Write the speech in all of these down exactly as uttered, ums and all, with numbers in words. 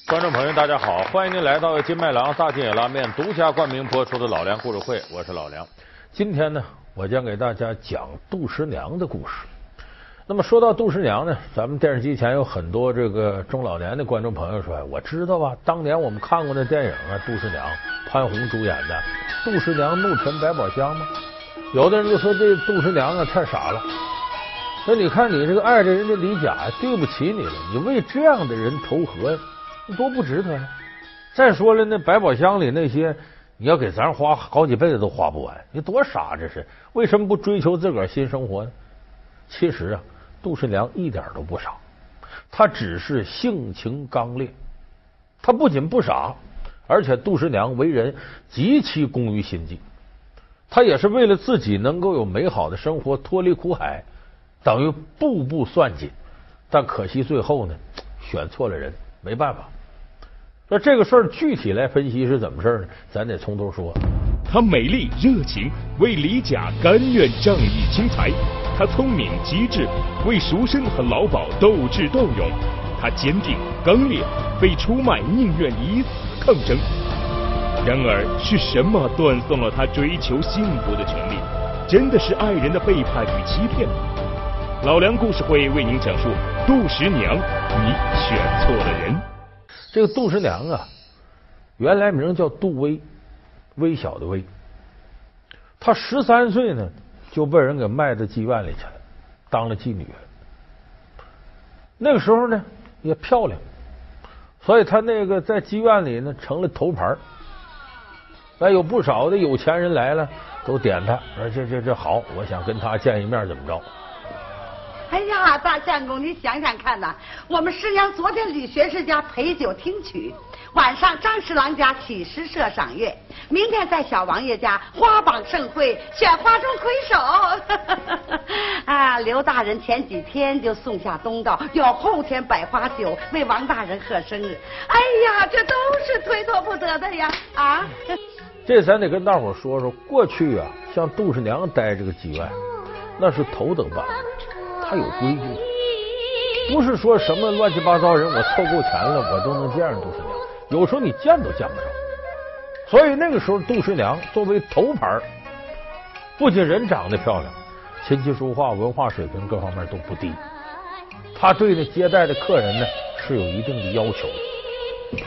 观众朋友，大家好，欢迎您来到金麦郎大金野拉面独家冠名播出的老梁故事会，我是老梁。今天呢，我将给大家讲杜十娘的故事。那么说到杜十娘呢，咱们电视机前有很多这个中老年的观众朋友说，我知道啊，当年我们看过的电影啊，杜十娘，潘虹主演的《杜十娘怒沉百宝箱》吗？有的人就说这杜十娘啊太傻了。那你看你这个爱着人家李甲，对不起你了，你为这样的人投河，你多不值得呀！再说了，那百宝箱里那些，你要给咱花好几辈子都花不完，你多傻这是！为什么不追求自个儿新生活呢？其实啊，杜十娘一点都不傻，她只是性情刚烈。她不仅不傻，而且杜十娘为人极其工于心计。她也是为了自己能够有美好的生活，脱离苦海，等于步步算计。但可惜最后呢，选错了人，没办法。那这个事儿具体来分析是怎么事呢？咱得从头说。 她美丽热情，为李甲甘愿仗义轻财；她聪明机智，为赎身和老鸨斗智斗勇；她坚定刚烈，非出卖宁愿以死抗争。然而是什么断送了她追求幸福的权利？真的是爱人的背叛与欺骗吗？老梁故事会为您讲述杜十娘，你选错了人。 这个杜十娘啊，原来名叫杜微，微小的微。她十三岁呢，就被人给卖到妓院里去了，当了妓女了。那个时候呢，也漂亮，所以她那个在妓院里呢成了头牌。那有不少的有钱人来了，都点她，说这这这好，我想跟她见一面，怎么着？ 哎呀，大相公，你想想看呐，我们师娘昨天李学士家陪酒听曲，晚上张十郎家起诗社赏月，明天在小王爷家花榜盛会，选花中魁首。啊，刘大人前几天就送下东道，要后天摆花酒为王大人贺生日。哎呀，这都是推脱不得的呀！啊， 这咱得跟大伙说说，过去啊，像杜十娘待这个妓院，那是头等班。他有规矩，不是说什么乱七八糟人，我凑够钱了，我都能见上杜十娘。有时候你见都见不着。所以那个时候，杜十娘作为头牌，不仅人长得漂亮，琴棋书画、文化水平各方面都不低。他对那接待的客人呢是有一定的要求的。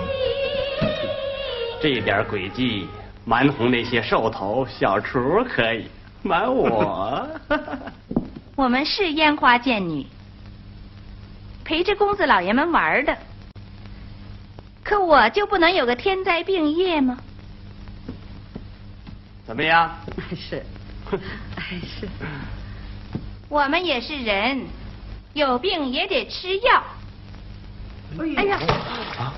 这点诡计，瞒哄那些兽头小厨可以，瞒我。 我们是烟花贱女，陪着公子老爷们玩的，可我就不能有个天灾病业吗？ 怎么样？ 是，哎是。 我们也是人，有病也得吃药。哎呀，啊、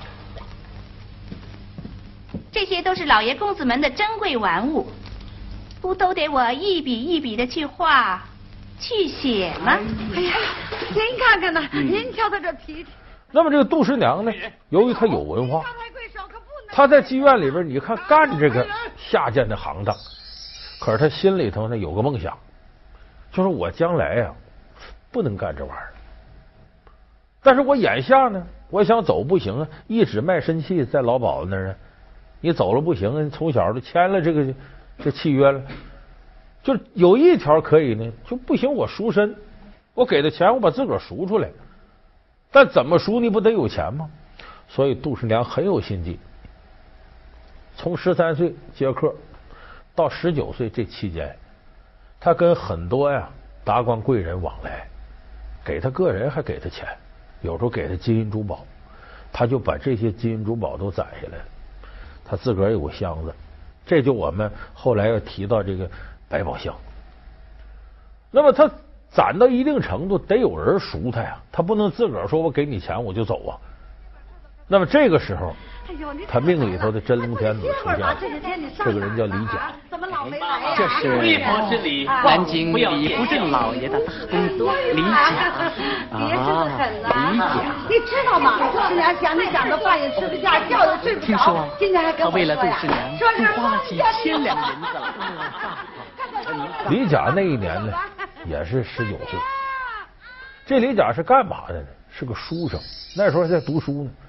这些都是老爷公子们的珍贵玩物，不都得我一笔一笔的去画？去写吗？ 哎呀，您看看呐，嗯、您瞧他这脾气。 那么这个杜十娘呢，由于她有文化，她在妓院里边，你看干这个下贱的行当，可是她心里头呢有个梦想，就是我将来呀、啊、不能干这玩意儿，但是我眼下呢，我想走不行啊，一直卖身契在老鸨子那儿呢，你走了不行，你从小就签了这个这契约了。就有一条可以呢，就不行，我赎身，我给的钱我把自个儿赎出来，但怎么赎你不得有钱吗？所以杜十娘很有心计，从十三岁接客到十九岁这期间，他跟很多呀达官贵人往来，给他个人还给他钱，有时候给他金银珠宝，他就把这些金银珠宝都攒下来了，他自个儿有个箱子，这就我们后来要提到这个百宝箱。那么他攒到一定程度，得有人赎他呀，他不能自个儿说我给你钱我就走啊。那么这个时候，他命里头的真龙天子出现了，这个人叫李甲。 这是南京李福正老爷的大公子李甲。 别这么狠啊！李甲，你知道吗？师娘想你想的饭也吃不下，觉也睡不着。 听说今天还跟他为了杜十娘，更花了几千两银子了。 李甲那一年呢，也是十九岁。这李甲是干嘛的呢？是个书生，那时候还在读书呢。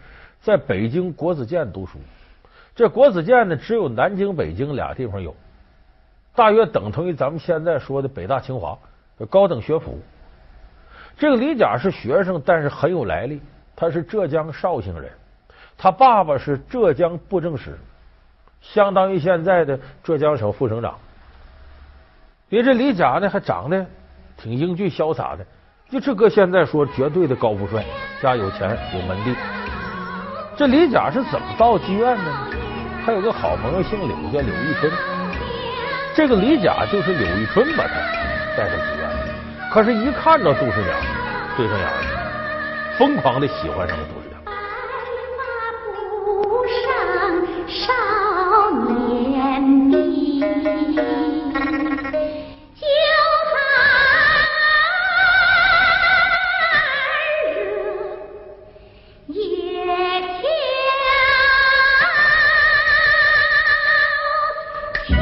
在北京国子监读书。这国子监呢，只有南京、北京俩地方有，大约等同于咱们现在说的北大、清华，高等学府。这个李甲是学生，但是很有来历，他是浙江绍兴人，他爸爸是浙江布政使，相当于现在的浙江省副省长。因为这李甲呢，还长得挺英俊潇洒的，就这搁现在说绝对的高富帅，家有钱有门第。这李甲是怎么到妓院的呢？他有个好朋友姓柳，叫柳玉春。这个李甲就是柳玉春把他带到妓院，可是，一看到杜十娘，对上眼了，疯狂的喜欢上了杜十娘。 不上少年迷，就怕也跳跳。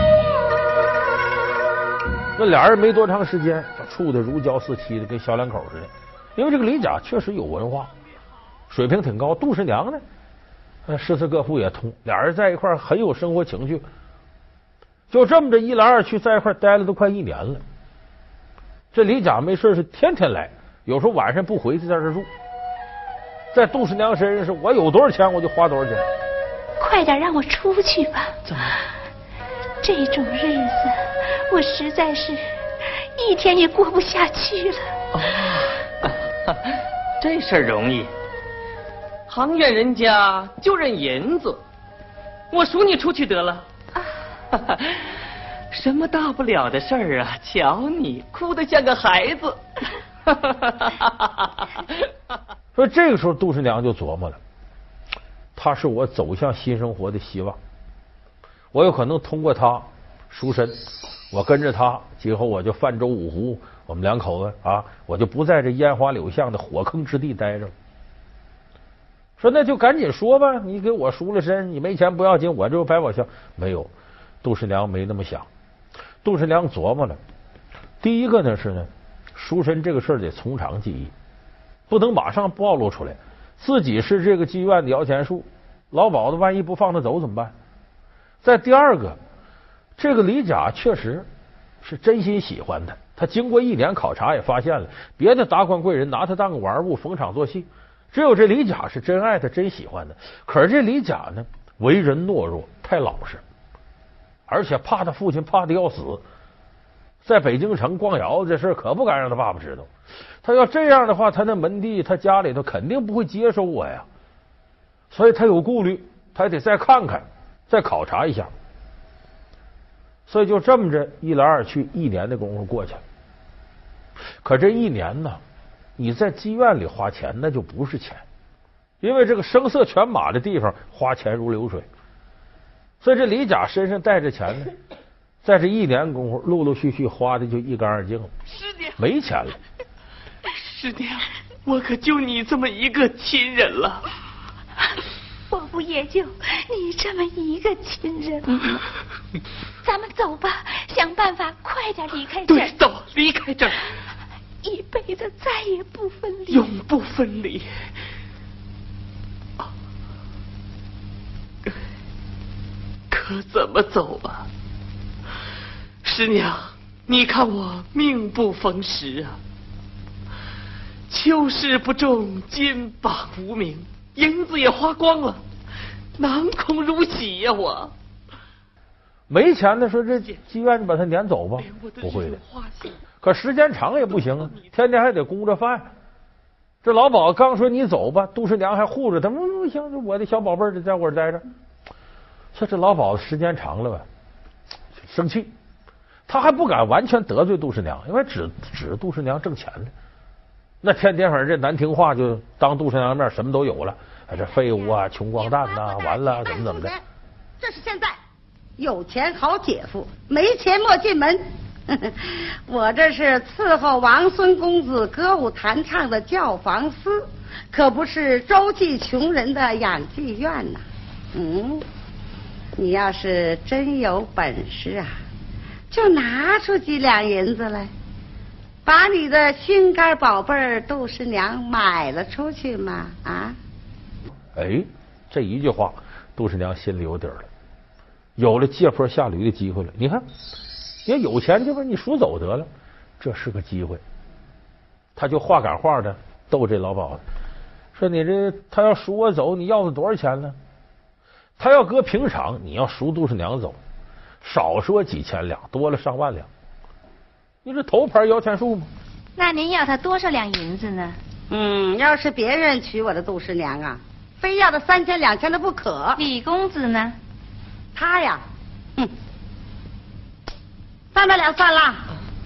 那俩人没多长时间就处的如胶似漆的，跟小两口似的。因为这个李甲确实有文化，水平挺高。杜十娘呢，诗词歌赋也通，俩人在一块儿很有生活情趣。就这么着一来二去，在一块儿待了都快一年了。这李甲没事是天天来，有时候晚上不回去在这住。在杜十娘身上是我有多少钱我就花多少钱。 快点让我出去吧！ 怎么？ 这种日子我实在是一天也过不下去了。 哦，这事儿容易，行院人家就认银子，我赎你出去得了。啊、什么大不了的事儿啊？瞧你哭得像个孩子。 说这个时候杜十娘就琢磨了，他是我走向新生活的希望，我有可能通过他赎身，我跟着他，今后我就泛舟五湖，我们两口子啊，我就不在这烟花柳巷的火坑之地待着。说那就赶紧说吧，你给我赎了身，你没钱不要紧，我就百宝箱。没有，杜十娘没那么想。杜十娘琢磨了，第一个呢是呢，赎身这个事儿得从长计议，不能马上暴露出来，自己是这个妓院的摇钱树，老鸨子万一不放他走怎么办？再第二个，这个李甲确实是真心喜欢他，他经过一年考察也发现了，别的达官贵人拿他当个玩物，逢场作戏，只有这李甲是真爱他，真喜欢他。可是这李甲呢，为人懦弱，太老实，而且怕他父亲怕的要死，在北京城逛窑子这事可不敢让他爸爸知道。他要这样的话，他那门第他家里头肯定不会接受我呀，所以他有顾虑，他得再看看，再考察一下。所以就这么着一来二去，一年的功夫过去了。可这一年呢，你在妓院里花钱那就不是钱，因为这个声色犬马的地方花钱如流水。所以这李甲身上带着钱呢，在这一年功夫陆陆续续花的就一干二净了，没钱了。 师娘，我可就你这么一个亲人了。 我不也就你这么一个亲人吗？咱们走吧，想办法快点离开这儿。 对，走，离开这儿， 一辈子再也不分离， 永不分离。可怎么走啊？师娘，你看我命不逢时啊，秋事不种，金榜无名，银子也花光了，囊空如洗呀、啊！我没钱的说这妓院就把他撵走吧，不会的。可时间长也不行啊，天天还得供着饭。这老鸨刚说你走吧，杜十娘还护着他，不行，我的小宝贝儿得在我这待着。说这老鸨时间长了吧，生气，他还不敢完全得罪杜十娘，因为指指杜十娘挣钱呢。那天天反正这难听话就当杜十娘面什么都有了，这废物啊，穷光蛋呐、啊，完了怎么怎么的。 这是现在，有钱好姐夫，没钱莫进门。我这是伺候王孙公子歌舞弹唱的教坊司，可不是周济穷人的养妓院呐。嗯，你要是真有本事啊，就拿出几两银子来，把你的心肝宝贝儿杜十娘买了出去嘛！啊！ 哎， 这一句话，杜十娘心里有底儿了，有了借坡下驴的机会了。你看，你看有钱就把你赎走得了，这是个机会。他就话赶话的逗这老鸨子，说你这他要赎我走，你要他多少钱呢？他要搁平常，你要赎杜十娘走，少说几千两，多了上万两。你这头牌摇钱树吗？ 那您要他多少两银子呢？ 嗯，要是别人娶我的杜十娘啊，非要他三千两千的不可。 李公子呢？ 他呀，哼，三百两算了。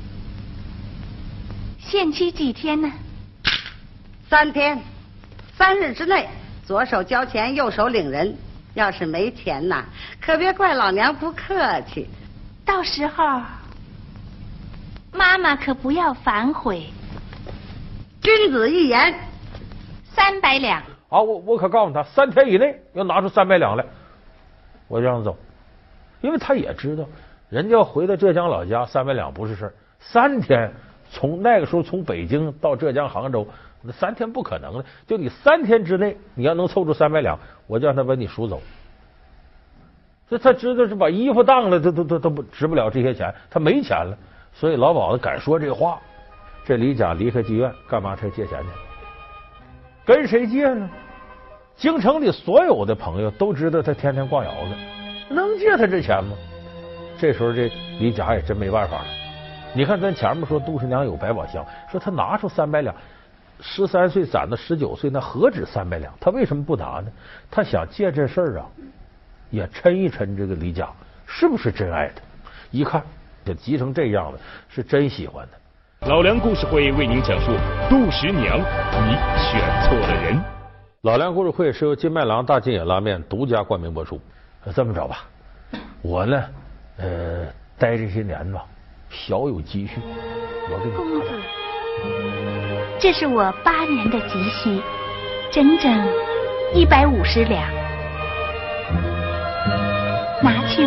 限期几天呢？ 三天，三日之内，左手交钱，右手领人。要是没钱呐，可别怪老娘不客气。 到时候，妈妈可不要反悔。 君子一言， 三百两。 好，我我可告诉他，三天以内要拿出三百两来，我就让他走。因为他也知道，人家要回到浙江老家，三百两不是事儿。三天，从那个时候从北京到浙江杭州，那三天不可能的。就你三天之内，你要能凑出三百两，我就让他把你赎走。所以他知道是把衣服当了，都都都都不值不了这些钱，他没钱了。所以老鸨子敢说这话。这李甲离开妓院干嘛？他借钱去。跟谁借呢？京城里所有的朋友都知道他天天逛窑子，能借他这钱吗？这时候这李甲也真没办法了。你看咱前面说杜十娘有百宝箱，说他拿出三百两，十三岁攒到十九岁，那何止三百两？他为什么不拿呢？他想借这事儿啊，也抻一抻这个李甲是不是真爱他。一看就急成这样了，是真喜欢他。 老梁故事会为您讲述杜十娘，你选错了人。 老梁故事会是由金麦郎大金野拉面独家冠名播出。这么着吧，我呢，呃，待这些年吧，小有积蓄，我给你。 公子，这是我八年的积蓄，整整一百五十两，拿去吧。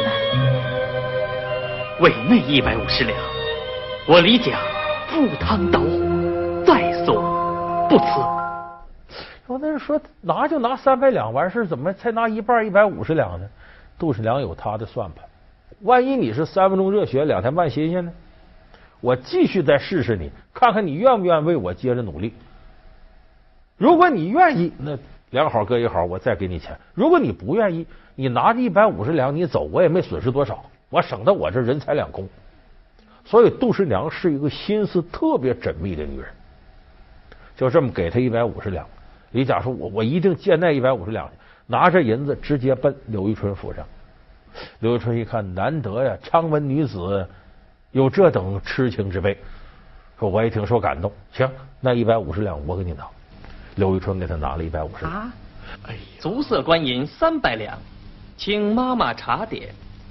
为那一百五十两，我李甲赴汤蹈火，在所不辞。 我那人说拿就拿三百两完事，怎么才拿一半一百五十两呢？杜十娘有他的算盘，万一你是三分钟热血两天半新鲜呢？我继续再试试你，看看你愿不愿为我接着努力。如果你愿意，那两好各一好，我再给你钱。如果你不愿意，你拿着一百五十两你走，我也没损失多少，我省得我这人财两空。所以杜十娘是一个心思特别缜密的女人，就这么给他一百五十两。李甲说：“我我一定借那一百五十两去。”拿着银子直接奔柳玉春府上。柳玉春一看，难得呀，昌文女子有这等痴情之辈，说我也挺受感动。行，那一百五十两我给你拿。柳玉春给他拿了一百五十两。 啊，哎，足色官银三百两，请妈妈查点。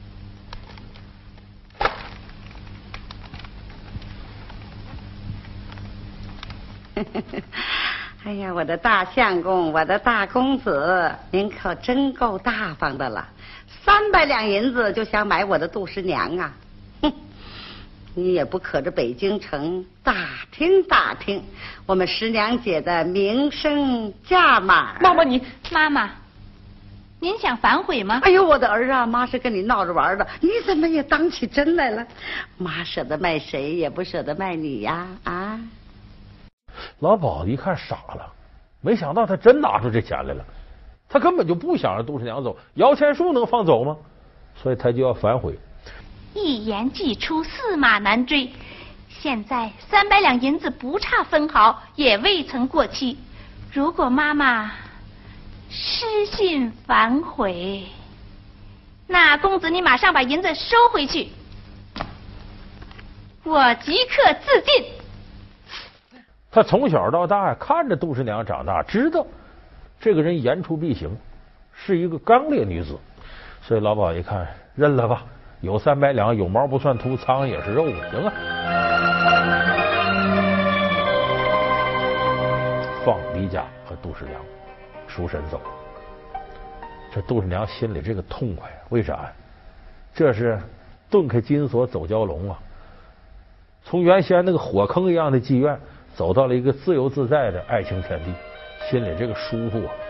哎呀，我的大相公，我的大公子，您可真够大方的了，三百两银子就想买我的杜十娘啊！哼，你也不可着北京城打听打听我们十娘姐的名声价码。 妈妈你， 妈妈，您想反悔吗？ 哎呦，我的儿啊，妈是跟你闹着玩的，你怎么也当起真来了？妈舍得卖谁，也不舍得卖你呀！啊！ 老鸨子一看傻了，没想到他真拿出这钱来了。他根本就不想让杜十娘走，摇钱树能放走吗？所以他就要反悔。 一言既出，驷马难追。现在三百两银子不差分毫，也未曾过期。如果妈妈失信反悔，那公子你马上把银子收回去，我即刻自尽。 他从小到大看着杜十娘长大，知道这个人言出必行，是一个刚烈女子，所以老鸨一看，认了吧，有三百两，有毛不算秃，苍蝇也是肉，行啊。放李甲和杜十娘赎身走。这杜十娘心里这个痛快，为啥呀？这是遁开金锁走蛟龙啊！从原先那个火坑一样的妓院，走到了一个自由自在的爱情天地，心里这个舒服啊，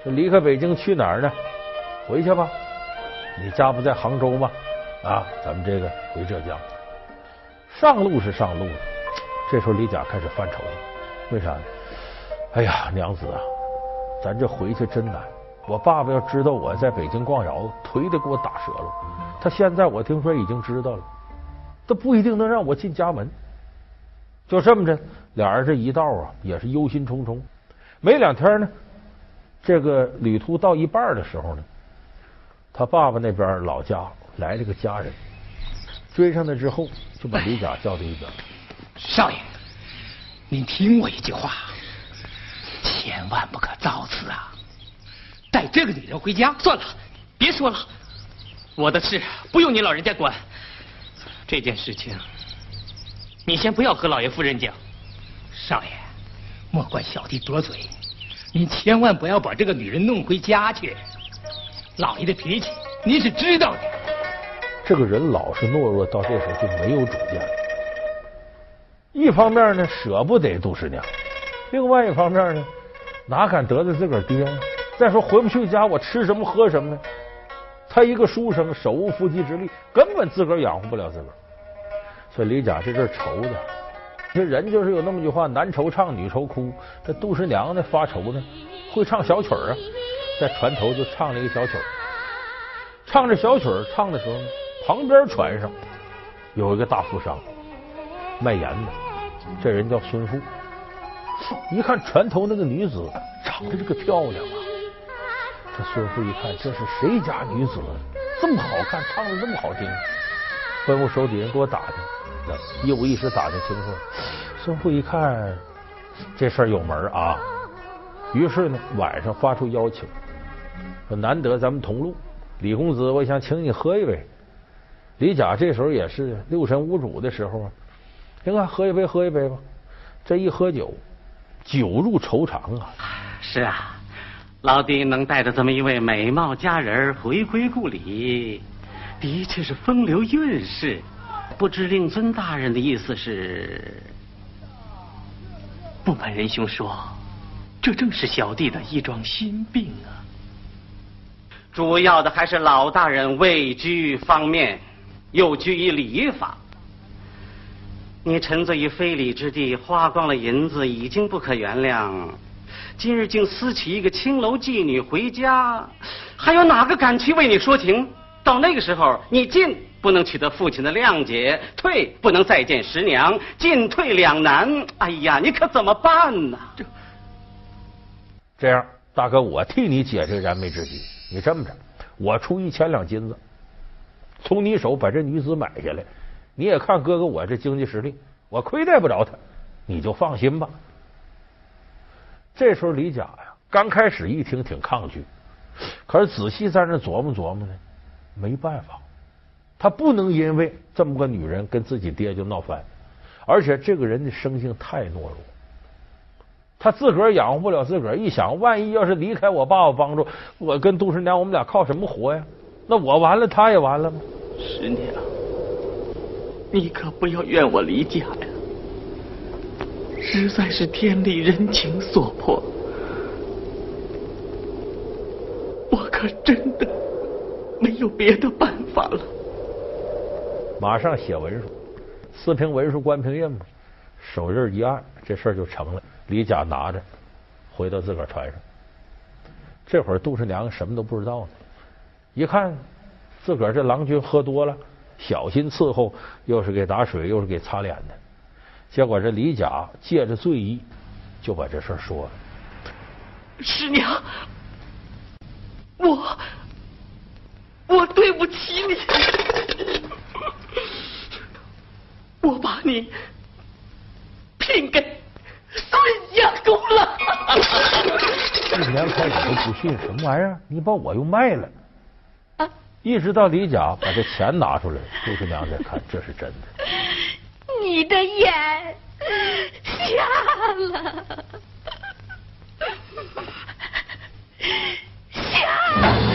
离开北京去哪儿呢？回去吧，你家不在杭州吗？啊，咱们这个回浙江。上路是上路了，这时候李甲开始犯愁了，为啥呢？哎呀，娘子啊，咱这回去真难。我爸爸要知道我在北京逛窑，腿得给我打折了。他现在我听说已经知道了，他不一定能让我进家门。就这么着，俩人这一道啊，也是忧心忡忡。没两天呢，这个旅途到一半的时候呢，他爸爸那边老家来了个家人，追上来之后就把李甲叫到一边。 少爷，您听我一句话，千万不可造次啊！带这个女人回家。 算了，别说了，我的事不用你老人家管。这件事情，你先不要和老爷夫人讲。 少爷，莫怪小弟多嘴，您千万不要把这个女人弄回家去。老爷的脾气您是知道的。 这个人老是懦弱，到这时候就没有主见。一方面呢，舍不得杜十娘；另外一方面呢，哪敢得罪自个儿爹呢？再说回不去家，我吃什么喝什么呢？他一个书生，手无缚鸡之力，根本自个儿养活不了自个儿。所以李甲这阵愁的，这人就是有那么句话：男愁唱，女愁哭。这杜十娘呢，发愁呢，会唱小曲儿啊，在船头就唱了一个小曲儿。唱着小曲儿唱的时候呢，旁边船上有一个大富商卖盐的，这人叫孙富。一看船头那个女子长得这个漂亮啊，这孙富一看，这是谁家女子这么好看，唱的这么好听？吩咐手底人给我打听，一五一十打听清楚。孙富一看这事儿有门啊，于是呢晚上发出邀请，说难得咱们同路，李公子，我想请你喝一杯。李甲这时候也是六神无主的时候啊，行啊，喝一杯喝一杯吧。这一喝酒，酒入愁肠啊。 是啊，老弟能带着这么一位美貌佳人回归故里，的确是风流韵事。不知令尊大人的意思是？ 不瞒仁兄说，这正是小弟的一桩心病啊。 主要的还是老大人位居方面，又居于礼法。你沉醉于非礼之地，花光了银子，已经不可原谅。今日竟私娶一个青楼妓女回家，还有哪个敢去为你说情？到那个时候，你进不能取得父亲的谅解，退不能再见十娘，进退两难。哎呀，你可怎么办呢？ 这这样，大哥，我替你解这个燃眉之急。你这么着，我出一千两金子，从你手把这女子买下来。你也看哥哥我这经济实力，我亏待不着他，你就放心吧。这时候李甲呀，刚开始一听挺抗拒，可是仔细在那琢磨琢磨呢，没办法，他不能因为这么个女人跟自己爹就闹翻，而且这个人的生性太懦弱，他自个儿养活不了自个儿，一想万一要是离开我爸爸帮助，我跟杜十娘我们俩靠什么活呀？那我完了，他也完了吗？ 十娘，你可不要怨我离家呀，实在是天理人情所迫，我可真的没有别的办法了。 马上写文书，四平文书关平印嘛，手印一按，这事儿就成了。李甲拿着回到自个儿船上，这会儿杜十娘什么都不知道呢，一看自个儿这郎君喝多了，小心伺候，又是给打水又是给擦脸的，结果这李甲借着醉意就把这事儿说了。 师娘，我我对不起你，我把你聘给孙相公了。 一年开始都不信，什么玩意儿？你把我又卖了啊！ 一直到李甲把这钱拿出来，杜十娘再看，这是真的。 你的眼瞎了，瞎了。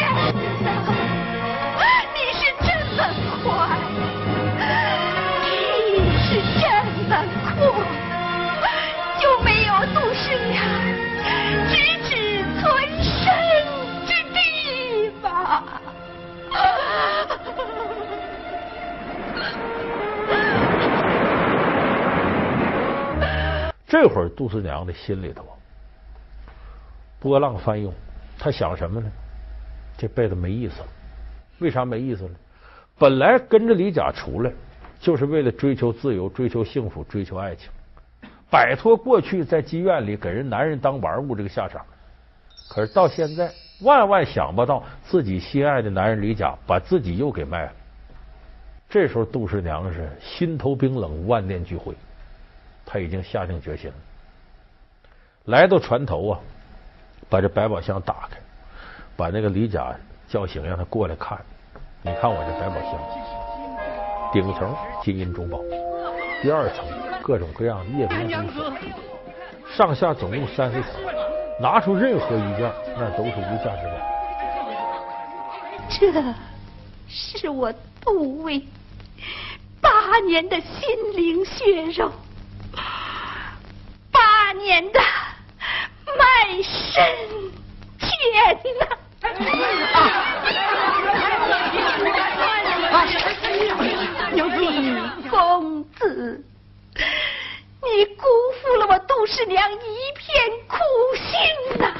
天哪，你是真的快！天就没有杜十娘直指存身之地吧？ 这会儿杜十娘的心里头波浪翻涌，她想什么呢？这辈子没意思了。为啥没意思了？本来跟着李甲出来就是为了追求自由、追求幸福、追求爱情，摆脱过去在妓院里给人男人当玩物这个下场。可是到现在万万想不到，自己心爱的男人李甲把自己又给卖了。这时候杜十娘是心头冰冷，万念俱灰，他已经下定决心了。来到船头啊，把这百宝箱打开，把那个李甲叫醒，让他过来看。你看我这百宝箱，顶层金银珠宝，第二层各种各样夜明珠，上下总共三十层，拿出任何一件那都是无价之宝。 这是我杜威八年的心灵血肉，八年的卖身钱呐！李公子，你辜负了我杜十娘一片苦心呐！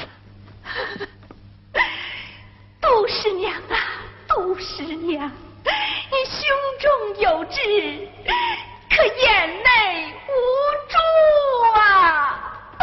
杜十娘啊，杜十娘，你胸中有志，可眼内无珠啊！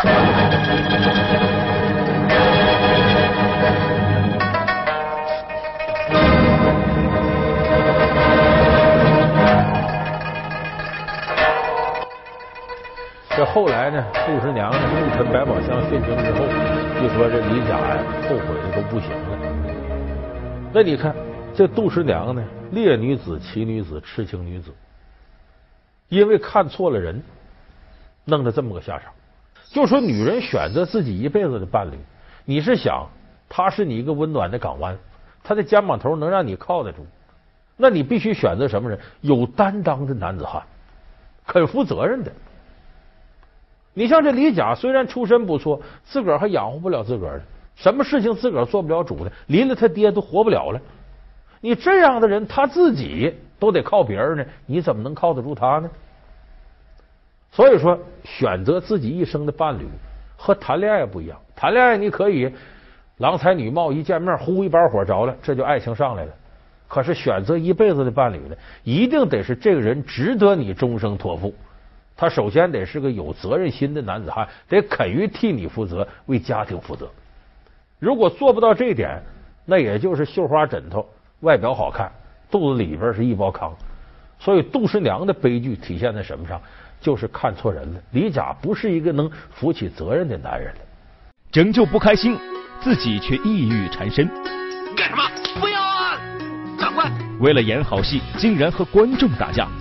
这后来呢，杜十娘入沉百宝箱殉情之后，就说这李甲呀后悔的都不行了。那你看这杜十娘呢，烈女子、奇女子、痴情女子，因为看错了人，弄得这么个下场。就说女人选择自己一辈子的伴侣，你是想他是你一个温暖的港湾，他的肩膀头能让你靠得住，那你必须选择什么人？有担当的男子汉，肯负责任的。你像这李甲，虽然出身不错，自个儿还养活不了自个儿呢，什么事情自个儿做不了主呢？离了他爹都活不了了。你这样的人，他自己都得靠别人呢，你怎么能靠得住他呢？所以说，选择自己一生的伴侣和谈恋爱不一样。谈恋爱你可以郎才女貌，一见面呼一把火着了，这就爱情上来了。可是选择一辈子的伴侣呢，一定得是这个人值得你终生托付。他首先得是个有责任心的男子汉，得肯于替你负责，为家庭负责。如果做不到这一点，那也就是绣花枕头，外表好看，肚子里边是一包糠。所以杜十娘的悲剧体现在什么上？就是看错人了。李甲不是一个能负起责任的男人了。 拯救不开心，自己却抑郁缠身。 干什么？不要啊！长官！ 为了演好戏，竟然和观众打架。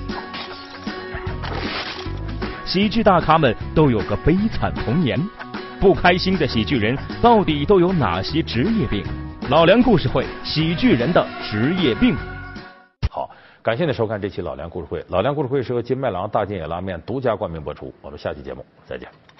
喜剧大咖们都有个悲惨童年，不开心的喜剧人到底都有哪些职业病？老梁故事会，喜剧人的职业病。 好，感谢您收看这期老梁故事会。老梁故事会是由金麦郎大金野拉面独家冠名播出。我们下期节目再见。